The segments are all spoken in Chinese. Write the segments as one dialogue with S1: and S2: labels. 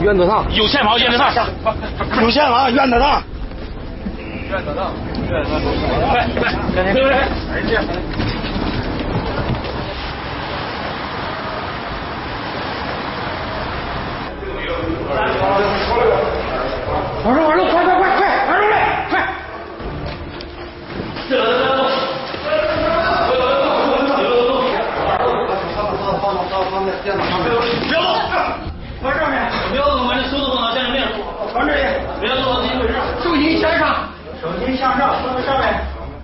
S1: 原则上。
S2: 有线跑，原则上。
S1: 有线啊，原则上。
S2: 原则上。快！
S1: 往上，快，往上来，快！
S2: 不要动！
S1: 往上面，
S2: 不要动，把你手都放到前面，
S1: 往这里，
S2: 不要动到自己位置。
S1: 手心向上，手心向上，放到上面。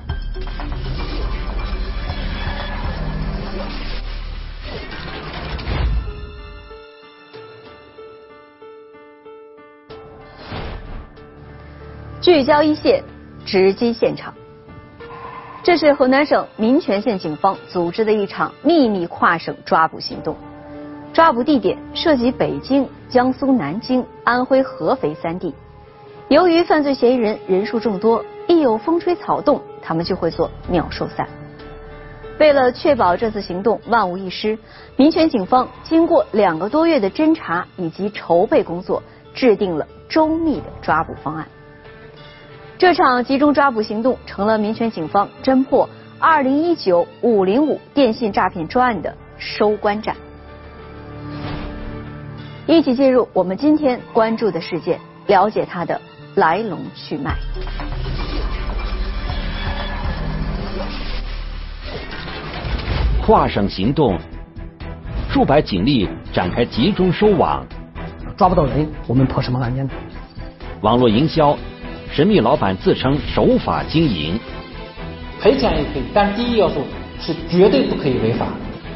S3: 聚焦一线，直击现场。这是河南省民权县警方组织的一场秘密跨省抓捕行动。抓捕地点涉及北京、江苏南京、安徽合肥3地。由于犯罪嫌疑人人数众多，一有风吹草动，他们就会做鸟兽散。为了确保这次行动万无一失，民权警方经过2个多月的侦查以及筹备工作，制定了周密的抓捕方案。这场集中抓捕行动成了民权警方侦破2019 505电信诈骗专案的收官战。一起进入我们今天关注的事件，了解它的来龙去脉。
S4: 跨省行动，数百警力展开集中收网，
S5: 抓不到人，我们破什么案件呢？
S4: 网络营销，神秘老板自称守法经营，
S6: 赔钱也可以，但第一要素是绝对不可以违法。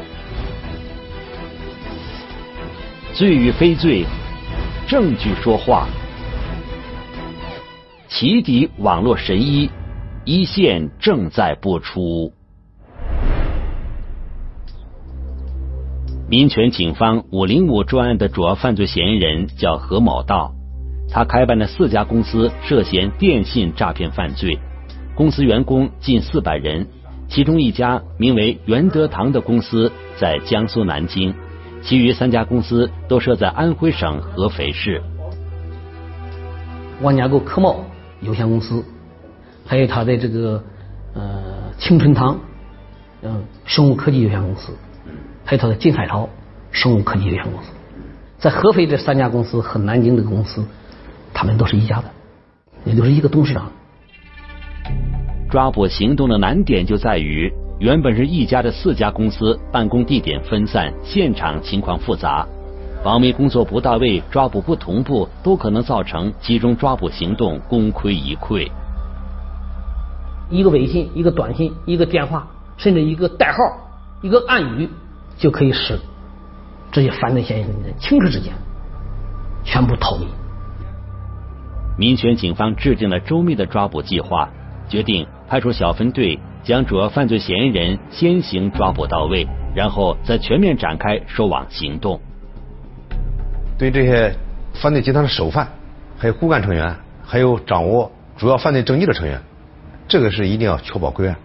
S4: 罪与非罪，证据说话。起底网络神医，一线正在播出。民权警方505专案的主要犯罪嫌疑人叫何某道，他开办的4家公司涉嫌电信诈骗犯罪，公司员工近400人，其中一家名为元德堂的公司在江苏南京，其余3家公司都设在安徽省合肥市。
S5: 万家沟科贸有限公司，还有他的这个青春堂生物科技有限公司，还有他的金海潮生物科技有限公司，在合肥这3家公司和南京这个公司，他们都是一家的，也就是一个董事长。
S4: 抓捕行动的难点就在于，原本是一家的4家公司办公地点分散，现场情况复杂，保密工作不到位，抓捕不同步，都可能造成集中抓捕行动功亏一篑。
S5: 一个微信，一个短信，一个电话，甚至一个代号，一个暗语，就可以使这些犯罪嫌疑人的顷刻之间全部透明。
S4: 民权警方制定了周密的抓捕计划，决定派出小分队将主要犯罪嫌疑人先行抓捕到位，然后再全面展开收网行动。
S7: 对这些犯罪集团的首犯，还有骨干成员，还有掌握主要犯罪证据的成员，这个是一定要确保归案。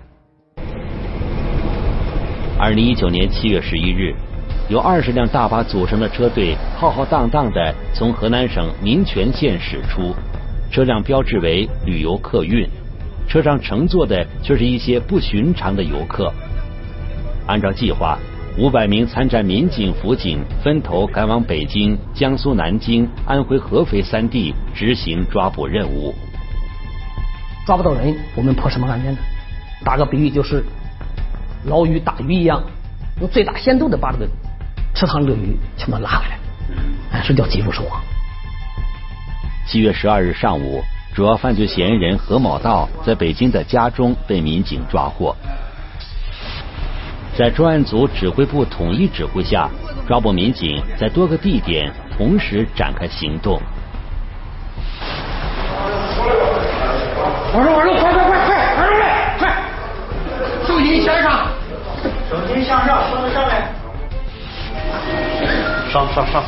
S4: 2019年7月11日，由20辆大巴组成的车队浩浩荡荡地从河南省民权县驶出，车辆标志为旅游客运，车上乘坐的却是一些不寻常的游客。按照计划，500名参战民警、辅警分头赶往北京、江苏南京、安徽合肥3地执行抓捕任务。
S5: 抓不到人，我们破什么案件呢？打个比喻，就是捞鱼打鱼一样，用最大限度的把这个池塘里的鱼全部拉回来，这叫集中收网。
S4: 7月12日上午，主要犯罪嫌疑人何某道在北京的家中被民警抓获。在专案组指挥部统一指挥下，抓捕民警在多个地点同时展开行动。
S1: 往上，快，往上来，快！手心向上，手心向上，放到上面。
S7: 上。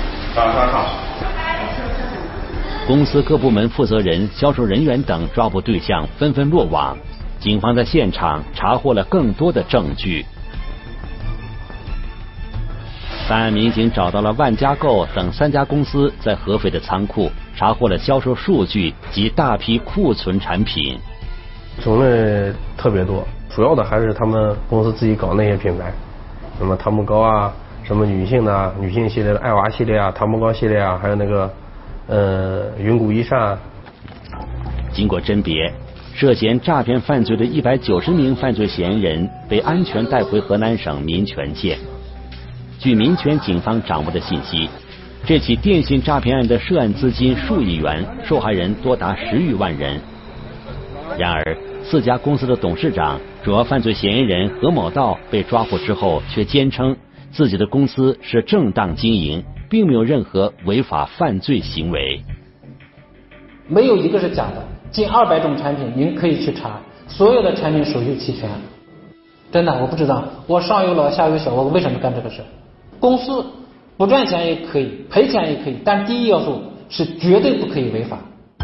S4: 公司各部门负责人、销售人员等抓捕对象纷纷落网，警方在现场查获了更多的证据。 办案民警找到了万家购等3家公司在合肥的仓库，查获了销售数据及大批库存产品。
S8: 种类特别多，主要的还是他们公司自己搞那些品牌，什么糖木膏啊，什么女性系列的爱娃系列啊，糖木膏系列啊，还有那个云谷一扇。
S4: 经过甄别，涉嫌诈骗犯罪的190名犯罪嫌疑人被安全带回河南省民权县。据民权警方掌握的信息，这起电信诈骗案的涉案资金数亿元，受害人多达10余万人。然而，4家公司的董事长、主要犯罪嫌疑人何某道被抓获之后，却坚称自己的公司是正当经营，并没有任何违法犯罪行为。
S6: 没有一个是假的，近200种产品，您可以去查，所有的产品手续齐全。真的，我不知道，我上有老下有小，我为什么干这个事？公司不赚钱也可以，赔钱也可以，但第一要素是绝对不可以违法。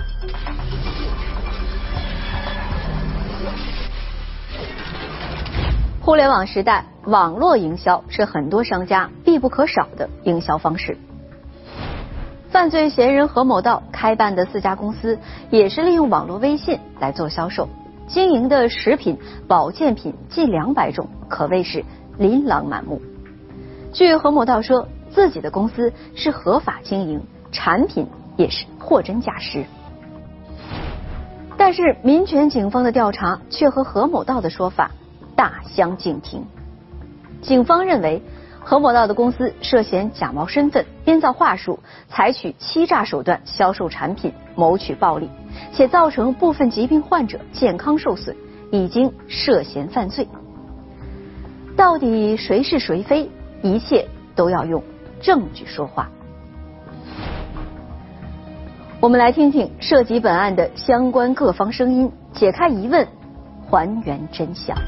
S3: 互联网时代，网络营销是很多商家必不可少的营销方式。犯罪嫌疑人何某道开办的4家公司，也是利用网络微信来做销售，经营的食品、保健品近200种，可谓是琳琅满目。据何某道说，自己的公司是合法经营，产品也是货真价实。但是民权警方的调查却和何某道的说法大相径庭。警方认为何某道的公司涉嫌假冒身份、编造话术，采取欺诈手段销售产品，谋取暴利，且造成部分疾病患者健康受损，已经涉嫌犯罪。到底谁是谁非？一切都要用证据说话。我们来听听涉及本案的相关各方声音，解开疑问，还原真相。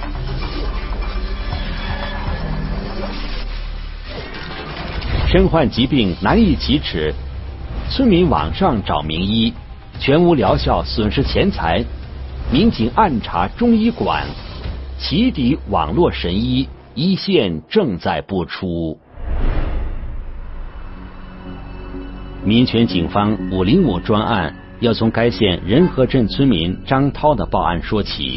S4: 身患疾病难以启齿，村民网上找名医，全无疗效，损失钱财。民警暗查中医馆，起底网络神医，一线正在播出。民权警方505专案要从该县仁和镇村民张涛的报案说起。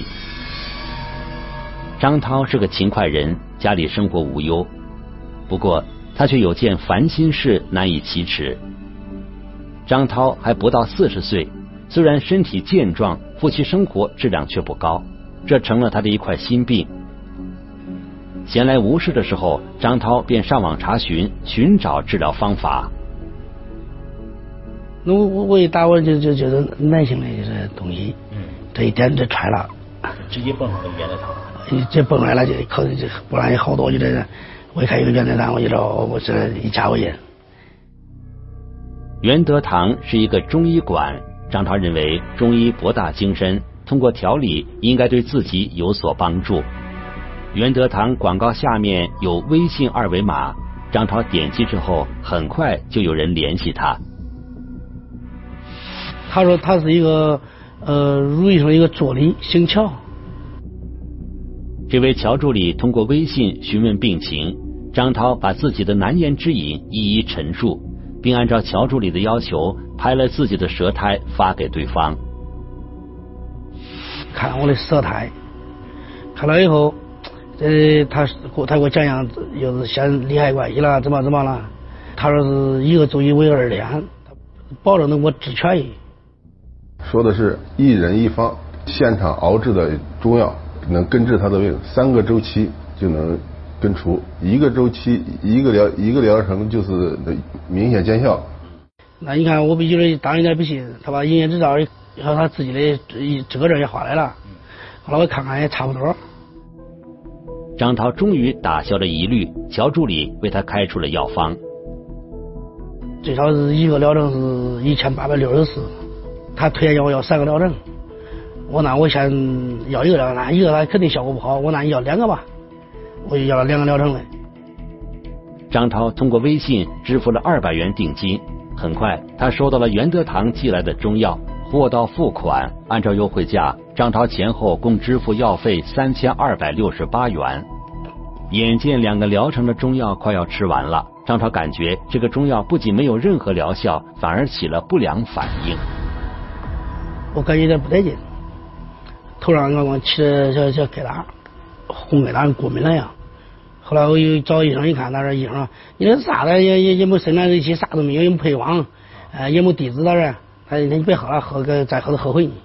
S4: 张涛是个勤快人，家里生活无忧，不过他却有件烦心事难以启齿。张涛还不到40岁，虽然身体健壮，夫妻生活质量却不高，这成了他的一块心病。闲来无事的时候，张涛便上网查询，寻找治疗方法。
S9: 那我一打我就是男性的就是东西，这一点就穿了，
S2: 直接蹦回原来堂，
S9: 这蹦来了就考虑这，不然好多就这，我一看有个原德堂，我就知道我这一加我去。
S4: 原德堂是一个中医馆，张涛认为中医博大精深，通过调理应该对自己有所帮助。原德堂广告下面有微信2维码，张涛点击之后，很快就有人联系他。
S9: 他说他是一个如意说一个助理姓乔。
S4: 这位乔助理通过微信询问病情，张涛把自己的难言之隐一一陈述，并按照乔助理的要求拍了自己的舌苔发给对方。
S9: 看我的舌苔，看了以后，他给我讲讲，又是先利害关系了，怎么了？他说是1个周期为2天，保证能给我治痊愈。
S10: 说的是1人1方现场熬制的中药，能根治他的病，3个周期就能根除，1个周期一个疗程就是明显见效。
S9: 那你看我必须当有点不信，他把营业执照和他自己的资格证也发来了，后来我看看也差不多。
S4: 张涛终于打消了疑虑，乔助理为他开出了药方。
S9: 最少是1个疗程是1864，他推荐我要3个疗程，我先要1个疗程，1个他肯定效果不好，我要2个吧，我就要了2个疗程的。
S4: 张涛通过微信支付了200元定金，很快他收到了原德堂寄来的中药，货到付款，按照优惠价，张涛前后共支付药费3268元。 眼见2个疗程的中药快要吃完了，张超感觉这个中药不仅没有任何疗效，反而起了不良反应。
S9: 我感觉有点不带劲，头上我起了小疙瘩，红疙瘩过敏了呀。后来我又找医生一看，他说医生说你这啥的也没生产日期，啥都没有，也没配方，也没地址的人，他说你别喝了，再喝都后悔。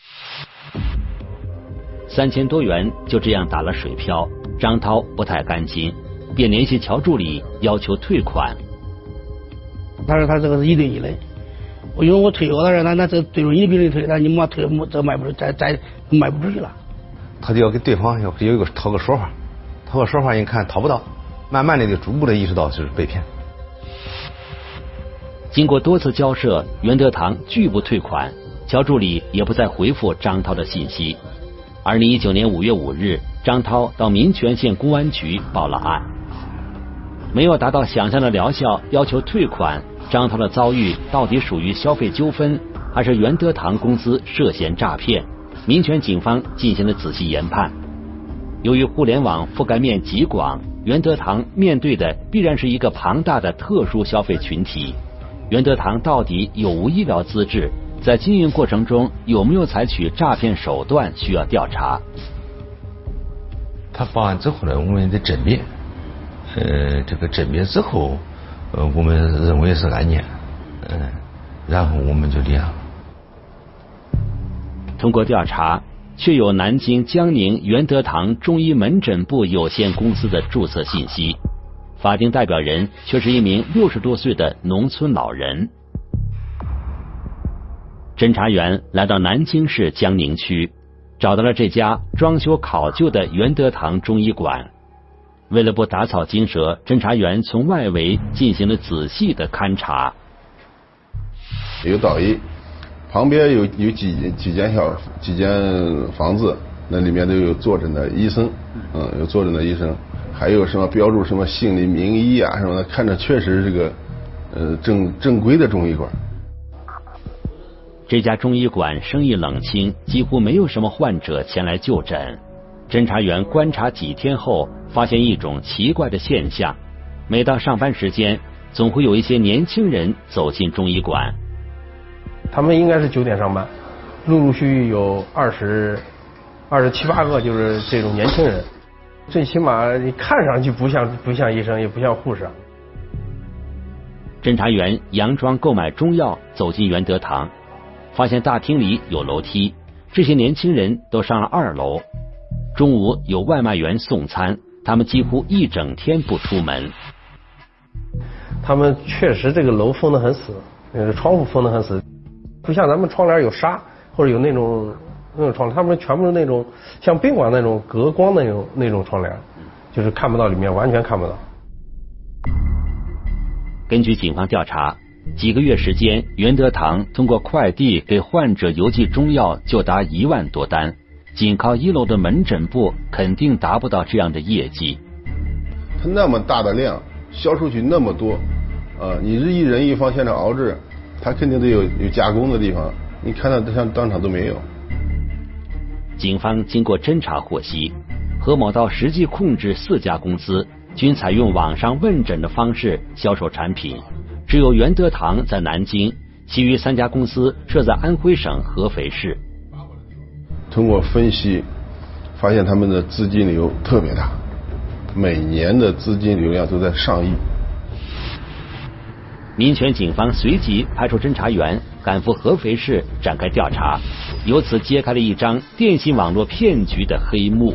S4: 3000多元就这样打了水漂，张涛不太甘心，便联系乔助理要求退款。
S9: 他说他这个是1对1的，因为我退过，他说那这对着你的病人退，那你没退，这卖不出，再卖不出去了。
S7: 他就要给对方有一个讨个说法，讨个说法，一看讨不到，慢慢的就逐步的意识到是被骗。
S4: 经过多次交涉，袁德堂拒不退款，乔助理也不再回复张涛的信息。2019年5月5日，张涛到民权县公安局报了案。没有达到想象的疗效，要求退款。张涛的遭遇到底属于消费纠纷，还是袁德堂公司涉嫌诈骗？民权警方进行了仔细研判。由于互联网覆盖面极广，袁德堂面对的必然是一个庞大的特殊消费群体。袁德堂到底有无医疗资质？在经营过程中有没有采取诈骗手段，需要调查。
S11: 他报案之后呢，我们得甄别，这个甄别之后，我们认为是案件，然后我们就立案。
S4: 通过调查，确有南京江宁袁德堂中医门诊部有限公司的注册信息，法定代表人却是一名60多岁的农村老人。侦查员来到南京市江宁区，找到了这家装修考究的袁德堂中医馆。为了不打草惊蛇，侦查员从外围进行了仔细的勘查。
S10: 有导医，旁边有几间房子，那里面都有坐诊的医生，有坐诊的医生，还有什么标注什么姓林名医啊什么的，看着确实是个正规的中医馆。
S4: 这家中医馆生意冷清，几乎没有什么患者前来就诊。侦查员观察几天后，发现一种奇怪的现象：每到上班时间，总会有一些年轻人走进中医馆。
S8: 他们应该是9点上班，陆陆续续有27、8个，就是这种年轻人。最起码你看上去不像医生，也不像护士。
S4: 侦查员佯装购买中药，走进袁德堂。发现大厅里有楼梯，这些年轻人都上了2楼。中午有外卖员送餐，他们几乎一整天不出门。
S8: 他们确实这个楼封得很死，窗户封得很死，不像咱们窗帘有纱或者有那种窗帘，他们全部是那种像宾馆那种隔光的那种窗帘，就是看不到里面，完全看不到。
S4: 根据警方调查，几个月时间，袁德堂通过快递给患者邮寄中药就达1万多单，仅靠1楼的门诊部肯定达不到这样的业绩。
S10: 他那么大的量销出去那么多，你是一人一方现场熬制，他肯定得有加工的地方，你看到像当场都没有。
S4: 警方经过侦查获悉，何某道实际控制4家公司，均采用网上问诊的方式销售产品。只有袁德堂在南京，其余3家公司设在安徽省合肥市。
S10: 通过分析，发现他们的资金流特别大，每年的资金流量都在上亿。
S4: 民权警方随即派出侦查员赶赴合肥市展开调查，由此揭开了一张电信网络骗局的黑幕。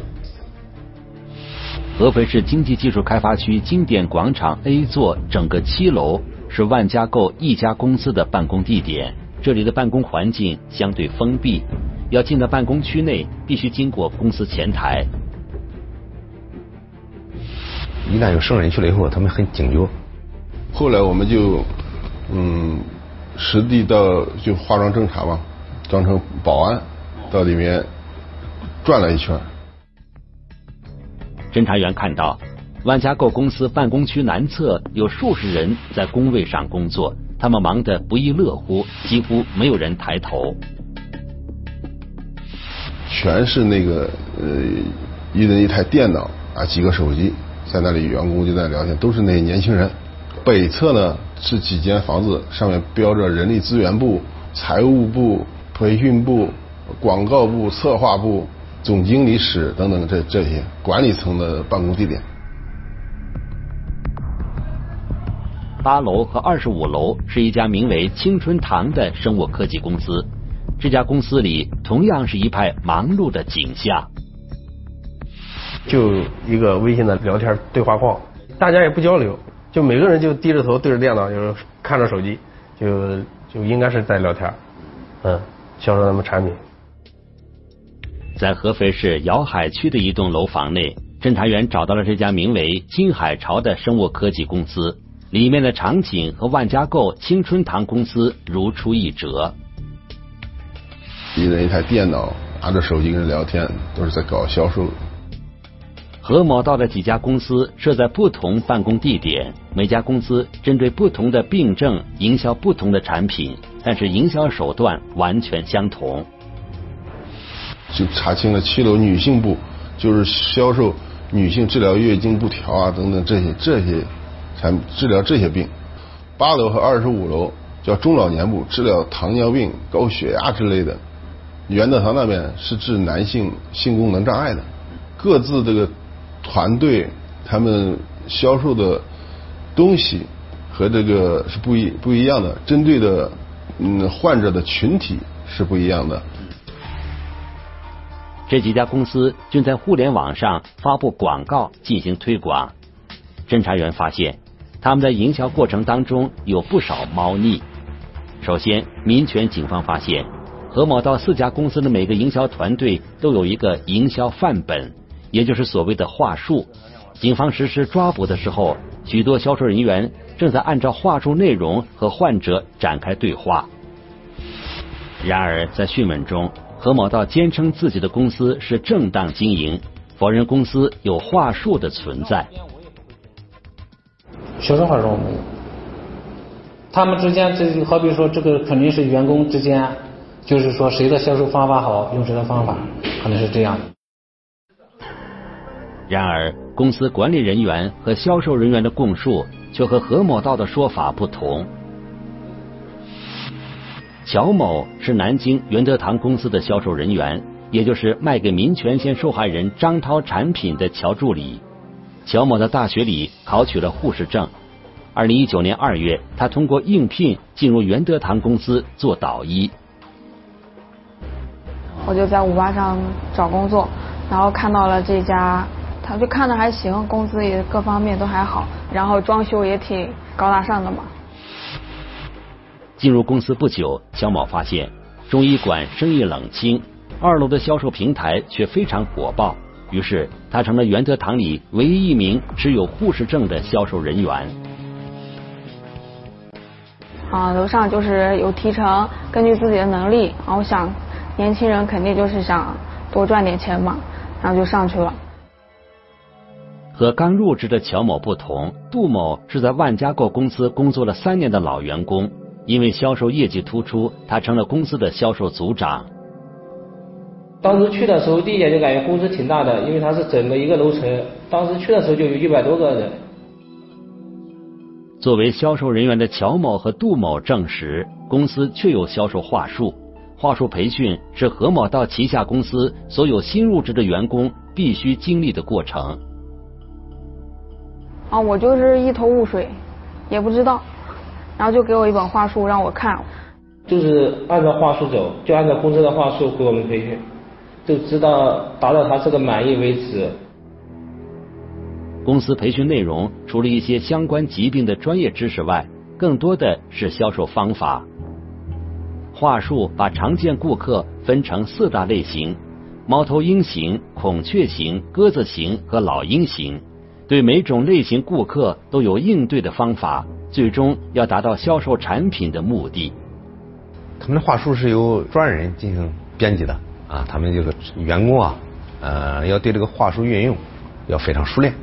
S4: 合肥市经济技术开发区经典广场 A 座整个7楼是万家购一家公司的办公地点，这里的办公环境相对封闭，要进到办公区内必须经过公司前台。
S7: 一旦有生人去了以后，他们很警觉。
S10: 后来我们就实地到就化妆侦查嘛，装成保安到里面转了一圈。
S4: 侦查员看到万家购公司办公区南侧有数十人在工位上工作，他们忙得不亦乐乎，几乎没有人抬头。
S10: 全是那个一人一台电脑啊，几个手机， 在那里员工就在聊天，都是那些年轻人。北侧呢是几间房子，上面标着人力资源部、财务部、培训部、广告部、策划部、总经理室等等这些管理层的办公地点。
S4: 8楼和25楼是一家名为青春堂的生物科技公司。这家公司里同样是一派忙碌的景象。
S8: 就一个微信的聊天对话框，大家也不交流，就每个人就低着头对着电脑，就是看着手机，就应该是在聊天，销售他们产品。
S4: 在合肥市瑶海区的一栋楼房内，侦查员找到了这家名为金海潮的生物科技公司，里面的场景和万家购青春堂公司如出一辙。
S10: 一人一台电脑，拿着手机跟人聊天，都是在搞销售。
S4: 何某道的几家公司设在不同办公地点，每家公司针对不同的病症营销不同的产品，但是营销手段完全相同。
S10: 就查清了7楼女性部，就是销售女性治疗月经不调啊等等这些产治疗这些病。8楼和25楼叫中老年部，治疗糖尿病、高血压之类的。元德堂那边是治男性性功能障碍的。各自这个团队他们销售的东西和这个是不一样的，针对的患者的群体是不一样的。
S4: 这几家公司均在互联网上发布广告进行推广。侦查员发现，他们在营销过程当中有不少猫腻。首先，民权警方发现，何某道4家公司的每个营销团队都有一个营销范本，也就是所谓的话术。警方实施抓捕的时候，许多销售人员正在按照话术内容和患者展开对话。然而，在讯问中，何某道坚称自己的公司是正当经营，否认公司有话术的存在。
S6: 销售话术没有，他们之间这好比说这个肯定是员工之间，就是说谁的销售方法好，用谁的方法，可能是这样的。
S4: 然而，公司管理人员和销售人员的供述却和何某道的说法不同。乔某是南京元德堂公司的销售人员，也就是卖给民权县受害人张涛产品的乔助理。乔某在大学里考取了护士证。2019年2月，他通过应聘进入元德堂公司做导医。
S12: 我就在588上找工作，然后看到了这家，他就看着还行，工资也各方面都还好，然后装修也挺高大上的嘛。
S4: 进入公司不久，乔某发现中医馆生意冷清，2楼的销售平台却非常火爆，于是他成了元德堂里唯一一名持有护士证的销售人员。
S12: 楼上就是有提成，根据自己的能力，然后想年轻人肯定就是想多赚点钱嘛，然后就上去了。
S4: 和刚入职的乔某不同，杜某是在万家购公司工作了3年的老员工，因为销售业绩突出，他成了公司的销售组长。
S13: 当时去的时候，第一眼就感觉公司挺大的，因为它是整个一个楼层，当时去的时候就有100多个人。
S4: 作为销售人员的乔某和杜某证实，公司确有销售话术。话术培训是何某道旗下公司所有新入职的员工必须经历的过程。
S12: 我就是一头雾水，也不知道，然后就给我一本话术让我看，
S13: 就是按照话术走，就按照公司的话术给我们培训，就知道达到他这个满意为止。
S4: 公司培训内容除了一些相关疾病的专业知识外，更多的是销售方法。话术把常见顾客分成4大类型：猫头鹰型、孔雀型、鸽子型和老鹰型。对每种类型顾客都有应对的方法，最终要达到销售产品的目的。
S7: 他们的话术是由专人进行编辑的啊，他们这个员工要对这个话术运用要非常熟练。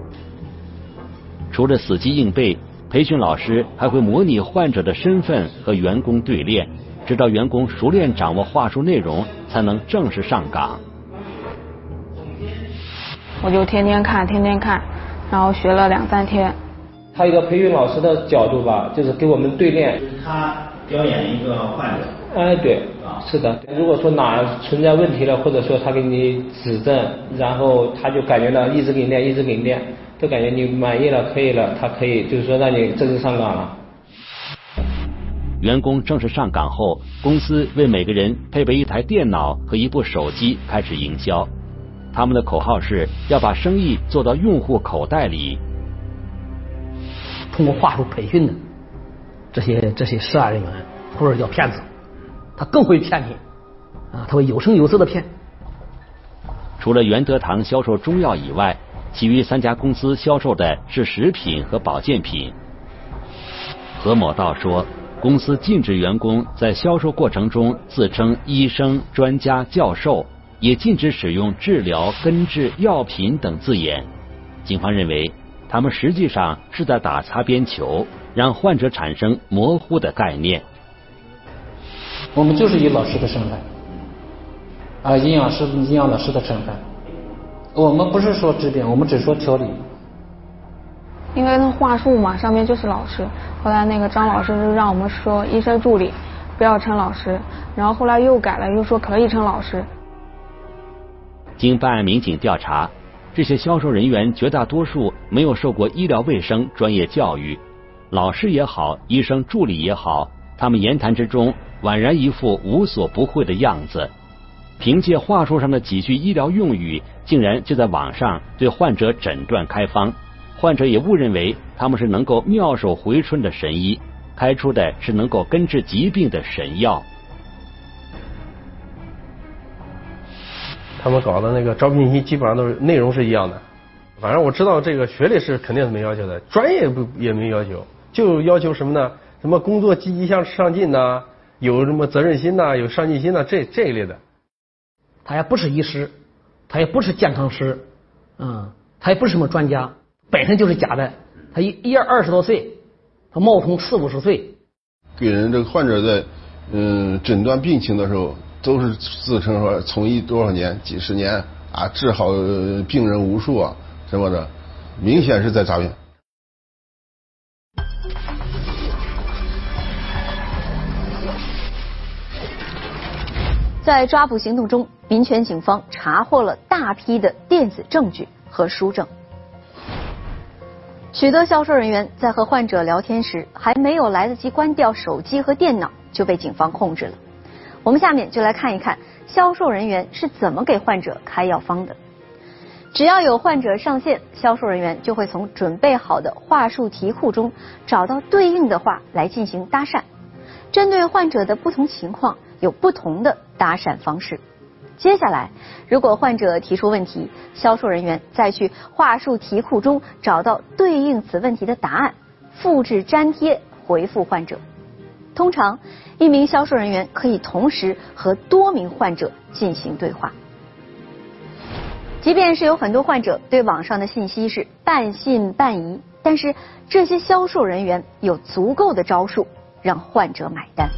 S4: 除了死记硬背，培训老师还会模拟患者的身份和员工对练，直到员工熟练掌握话术内容，才能正式上岗。
S12: 我就天天看， 然后学了2、3天。
S13: 他一个培训老师的角度吧，就是给我们对练。
S2: 他表演一个患者。
S13: 哎，对，是的。如果说哪存在问题了，或者说他给你指正，然后他就感觉到一直给你练，一直给你练，都感觉你满意了，可以了，他可以就是说让你正式上岗了。
S4: 员工正式上岗后，公司为每个人配备一台电脑和一部手机，开始营销。他们的口号是要把生意做到用户口袋里。
S5: 通过话术培训的这些涉案人员或者叫骗子，他更会骗你啊，他会有声有色的骗。
S4: 除了元德堂销售中药以外，其余3家公司销售的是食品和保健品。何某道说，公司禁止员工在销售过程中自称医生、专家、教授，也禁止使用治疗、根治、药品等字眼。警方认为，他们实际上是在打擦边球，让患者产生模糊的概念。
S6: 我们就是以老师的身份，营养老师的身份，我们不是说治病，我们只说调理。
S12: 因为那话术嘛，上面就是老师。后来那个张老师就让我们说医生助理，不要称老师。然后后来又改了，又说可以称老师。
S4: 经办案民警调查，这些销售人员绝大多数没有受过医疗卫生专业教育，老师也好，医生助理也好，他们言谈之中宛然一副无所不会的样子。凭借话术上的几句医疗用语，竟然就在网上对患者诊断开方。患者也误认为他们是能够妙手回春的神医，开出的是能够根治疾病的神药。
S8: 他们搞的那个招聘信息基本上都是内容是一样的，反正我知道这个学历是肯定是没要求的，专业也没要求，就要求什么呢？什么工作积极上进呐，有什么责任心呐，有上进心呐，这一类的。
S5: 他也不是医师，他也不是健康师，他也不是什么专家，本身就是假的。他20多岁，他冒充40、50岁，
S10: 给人这个患者在诊断病情的时候，都是自称说从医多少年、几十年啊，治好病人无数啊什么的，明显是在诈骗。
S3: 在抓捕行动中，民权警方查获了大批的电子证据和书证。许多销售人员在和患者聊天时，还没有来得及关掉手机和电脑，就被警方控制了。我们下面就来看一看销售人员是怎么给患者开药方的。只要有患者上线，销售人员就会从准备好的话术题库中找到对应的话来进行搭讪。针对患者的不同情况，有不同的搭讪方式。接下来，如果患者提出问题，销售人员再去话术题库中找到对应此问题的答案，复制粘贴回复患者。通常，一名销售人员可以同时和多名患者进行对话。即便是有很多患者对网上的信息是半信半疑，但是这些销售人员有足够的招数让患者买单。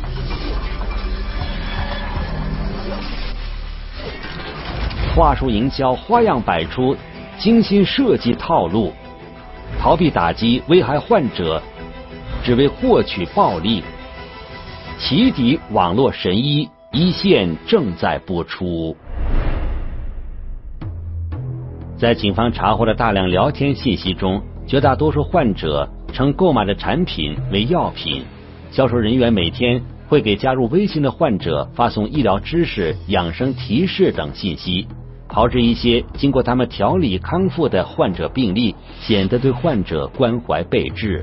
S4: 话术营销花样百出，精心设计套路，逃避打击，危害患者，只为获取暴利。起底网络神医一线正在播出。在警方查获的大量聊天信息中，绝大多数患者称购买的产品为药品，销售人员每天会给加入微信的患者发送医疗知识、养生提示等信息，炮制一些经过他们调理康复的患者病例，显得对患者关怀备至。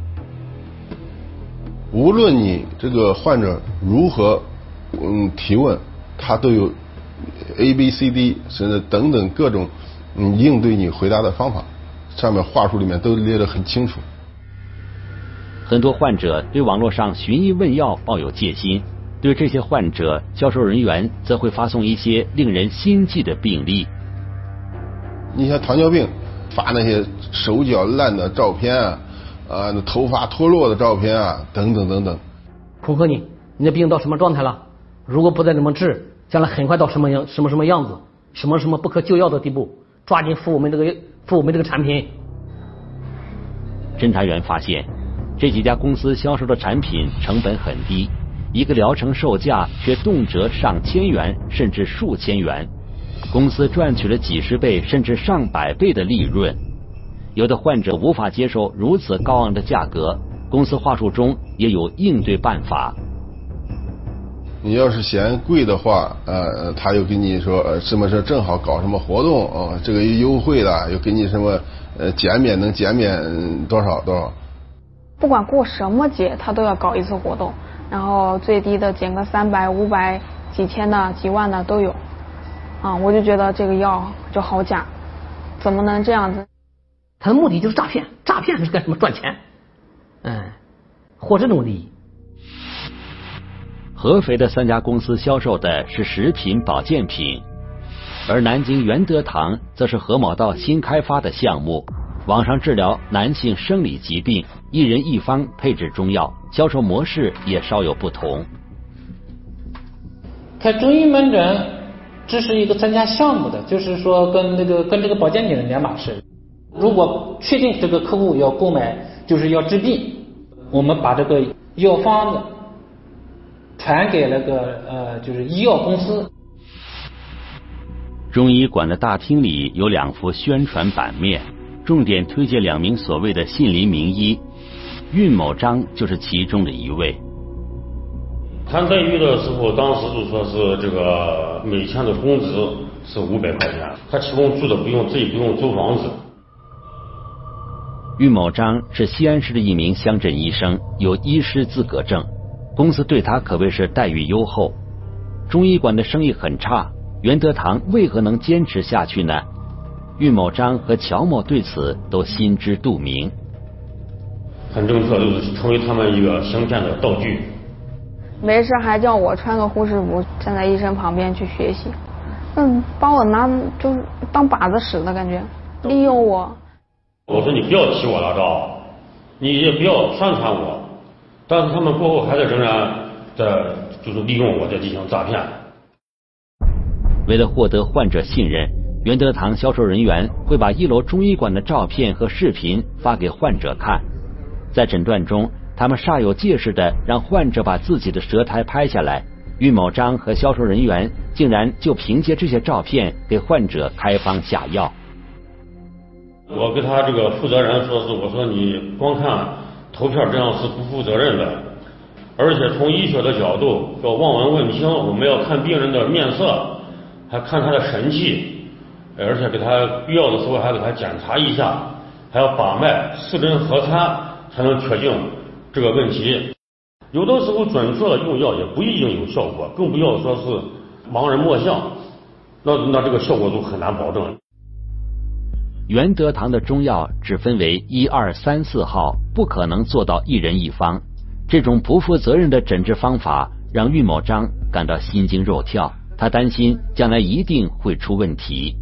S10: 无论你这个患者如何提问，他都有 ABCD 甚至等等各种应对你回答的方法，上面话术里面都列得很清楚。
S4: 很多患者对网络上寻医问药抱有戒心，对这些患者，销售人员则会发送一些令人心悸的病例。
S10: 你像糖尿病，发那些手脚烂的照片那头发脱落的照片等等等等，
S5: 恐吓你的病到什么状态了？如果不再这么治，将来很快到什么样子，什么不可救药的地步，抓紧付我们这个产品。
S4: 侦查员发现，这几家公司销售的产品成本很低，一个疗程售价却动辄上千元甚至数千元，公司赚取了几十倍甚至上百倍的利润。有的患者无法接受如此高昂的价格，公司话术中也有应对办法。
S10: 你要是嫌贵的话，他又跟你说什么是正好搞什么活动这个优惠的，又给你什么减免能减免多少多少。
S12: 不管过什么节，他都要搞一次活动，然后最低的减个300、500、几千的、几万的都有。我就觉得这个药就好假，怎么能这样子？
S5: 他的目的就是诈骗，诈骗是干什么？赚钱，获这种利益。
S4: 合肥的3家公司销售的是食品保健品，而南京元德堂则是何某道新开发的项目，网上治疗男性生理疾病，一人一方配置中药，销售模式也稍有不同。
S6: 开中医门诊，这是一个参加项目的，就是说跟这个保健品的两码事。如果确定这个客户要购买，就是要治病，我们把这个药方子传给那个就是医药公司。
S4: 中医馆的大厅里有2幅宣传版面，重点推荐2名所谓的杏林名医，恽某章就是其中的一位。
S14: 谈待遇的时候，当时就说是这个每天的工资是500块钱，他提供住的不用，自己不用租房子。
S4: 恽某章是西安市的一名乡镇医生，有医师资格证，公司对他可谓是待遇优厚。中医馆的生意很差，元德堂为何能坚持下去呢？恽某章和乔某对此都心知肚明。
S14: 很正确，就是成为他们一个行骗的道具。
S12: 没事还叫我穿个护士服站在医生旁边去学习，把我拿就是当靶子使的感觉，利用我。
S14: 我说你不要提我了，你也不要宣传我，但是他们过后还是仍然在就是利用我在进行诈骗。
S4: 为了获得患者信任，元德堂销售人员会把1楼中医馆的照片和视频发给患者看，在诊断中他们煞有介事地让患者把自己的舌苔拍下来，恽某章和销售人员竟然就凭借这些照片给患者开方下药。
S14: 我跟他这个负责人说，我说你光看图片这样是不负责任的，而且从医学的角度要望闻问听，我们要看病人的面色，还看他的神气，而且给他必要的时候还给他检查一下，还要把脉4诊合参才能确定这个问题。有的时候准确的用药也不一定有效果，更不要说是盲人摸象，那这个效果就很难保证。
S4: 元德堂的中药只分为1、2、3、4号，不可能做到一人一方。这种不负责任的诊治方法让恽某章感到心惊肉跳，他担心将来一定会出问题。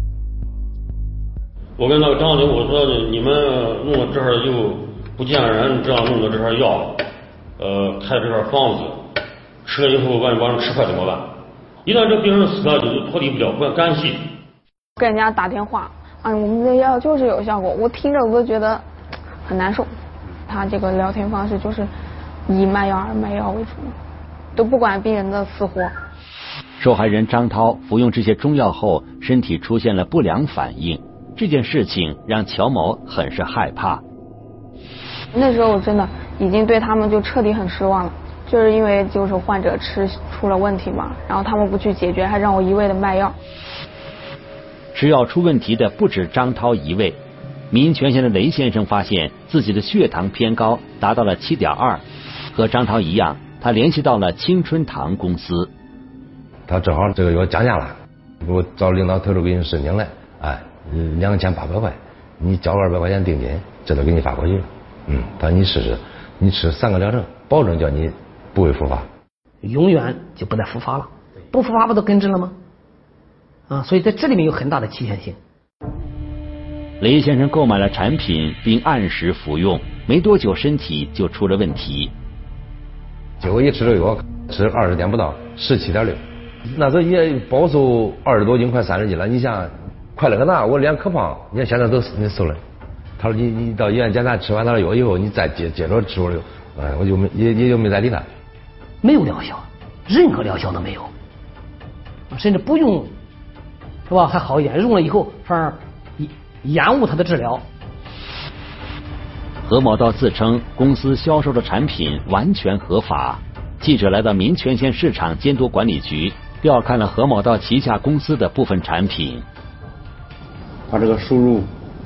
S14: 我跟那个张玲我说，你们弄到这儿又不见人，这样弄的这儿药，开这儿方子，吃了以后万一帮人吃坏怎么办？一旦这病人死了，就脱离不了干系。
S12: 跟人家打电话，我们的药就是有效果，我听着我都觉得很难受。他这个聊天方式就是以卖药而卖药为主，都不管病人的死活。
S4: 受害人张涛服用这些中药后，身体出现了不良反应，这件事情让乔某很是害怕。
S12: 那时候我真的已经对他们就彻底很失望了，就是因为就是患者吃出了问题嘛，然后他们不去解决，还让我一味的卖药。
S4: 吃药出问题的不止张涛一位，民权县的雷先生发现自己的血糖偏高，达到了7.2。和张涛一样，他联系到了青春堂公司。
S7: 他正好这个药降价了，我找领导特殊给你申请来，2800块，你交200块钱定金，这都给你发过去了。他说你试试，你吃3个疗程，保证叫你不会复发，
S5: 永远就不再复发了。不复发不都根治了吗？所以在这里面有很大的欺骗性。
S4: 雷先生购买了产品并按时服用，没多久身体就出了问题。
S7: 结果一吃这药，吃20天不到17.6，那时候也保守20多斤，快30斤了。你想快了个那，我脸可胖，你看现在都瘦了。 他说你到医院检查吃完他的药以后，你再接着吃我的药，我就也就没再理他。
S5: 没有疗效，任何疗效都没有，甚至不用，是吧？还好一点，用了以后反而延误他的治疗。
S4: 何某道自称公司销售的产品完全合法。记者来到民权县市场监督管理局，调看了何某道旗下公司的部分产品。
S15: 他这个输入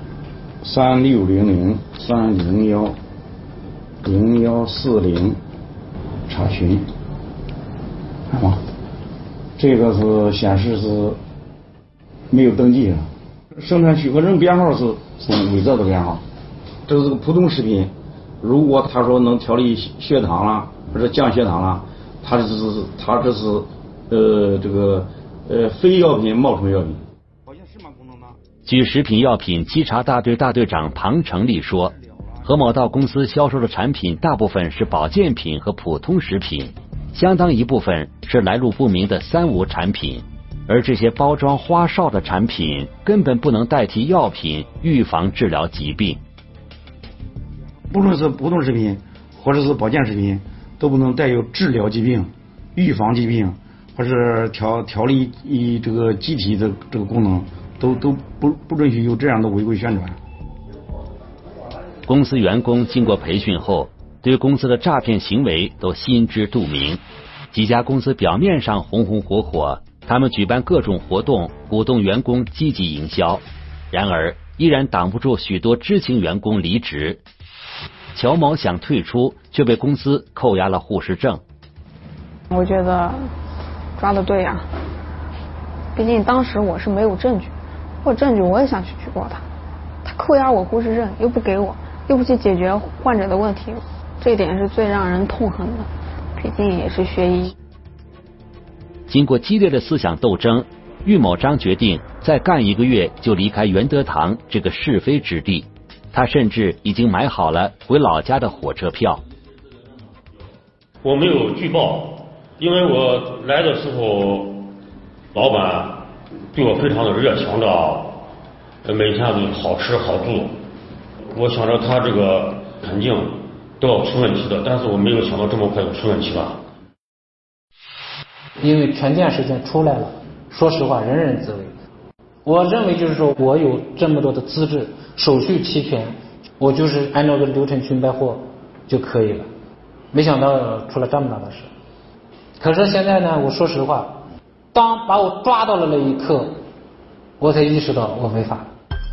S15: 3600、301、0140查询，看吗？这个是显示是没有登记，生产许可证编号是伪造的编号。这是个普通食品，如果他说能调理血糖啦，或者降血糖啦，他这是这个非药品冒充药品。
S4: 据食品药品稽查大队大队长庞成立说，何某道公司销售的产品大部分是保健品和普通食品，相当一部分是来路不明的三无产品，而这些包装花哨的产品根本不能代替药品预防治疗疾病。
S15: 不论是普通食品或者是保健食品，都不能带有治疗疾病、预防疾病或者调理这个机体的这个功能，都不允许有这样的违规宣传。
S4: 公司员工经过培训后，对公司的诈骗行为都心知肚明。几家公司表面上红红火火，他们举办各种活动，鼓动员工积极营销，然而依然挡不住许多知情员工离职。乔某想退出，却被公司扣押了护士证。
S12: 我觉得抓得对呀，毕竟当时我是没有证据，我有证据我也想去举报他，他扣押我护士证又不给我，又不去解决患者的问题，这一点是最让人痛恨的，毕竟也是学医。
S4: 经过激烈的思想斗争，郁某章决定再干1个月就离开元德堂这个是非之地。他甚至已经买好了回老家的火车票。
S14: 我没有举报，因为我来的时候，老板对我非常的热情的，每天都好吃好住。我想着他这个肯定都要出问题的，但是我没有想到这么快就出问题了。
S6: 因为权健事件出来了，说实话人人自危。我认为就是说我有这么多的资质，手续齐全，我就是按照个流程去卖货就可以了。没想到出了这么大的事。可是现在呢，我说实话，当把我抓到了那一刻，我才意识到我违法。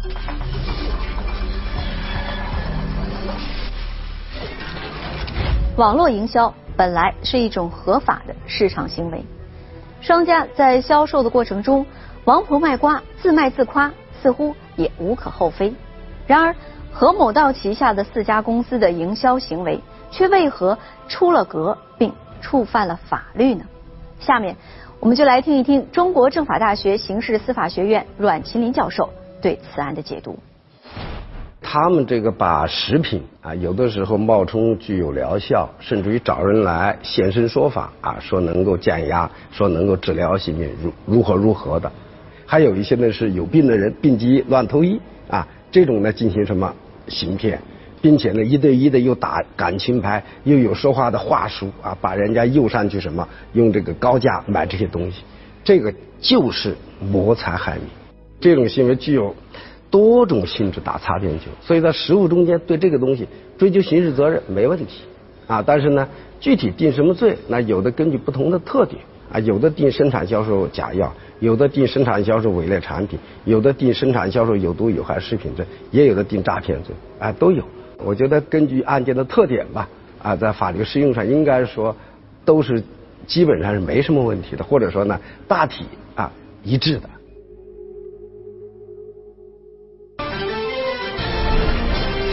S3: 网络营销本来是一种合法的市场行为，商家在销售的过程中王婆卖瓜，自卖自夸，似乎也无可厚非。然而何某道旗下的4家公司的营销行为却为何出了格并触犯了法律呢？下面我们就来听一听中国政法大学刑事司法学院阮琴林教授对此案的解读。
S16: 他们这个把食品有的时候冒充具有疗效，甚至于找人来现身说法说能够减压，说能够治疗性病如何的。还有一些呢是有病的人病急乱投医这种呢进行什么行骗，并且呢1对1的又打感情牌，又有说话的话术把人家诱上去什么用这个高价买这些东西，这个就是谋财害命。这种行为具有多种性质打擦边球，所以在实务中间对这个东西追究刑事责任没问题但是呢具体定什么罪，那有的根据不同的特点有的定生产销售假药，有的定生产销售伪劣产品，有的定生产销售有毒有害食品罪，也有的定诈骗罪都有。我觉得根据案件的特点吧在法律适用上应该说都是基本上是没什么问题的，或者说呢大体一致的。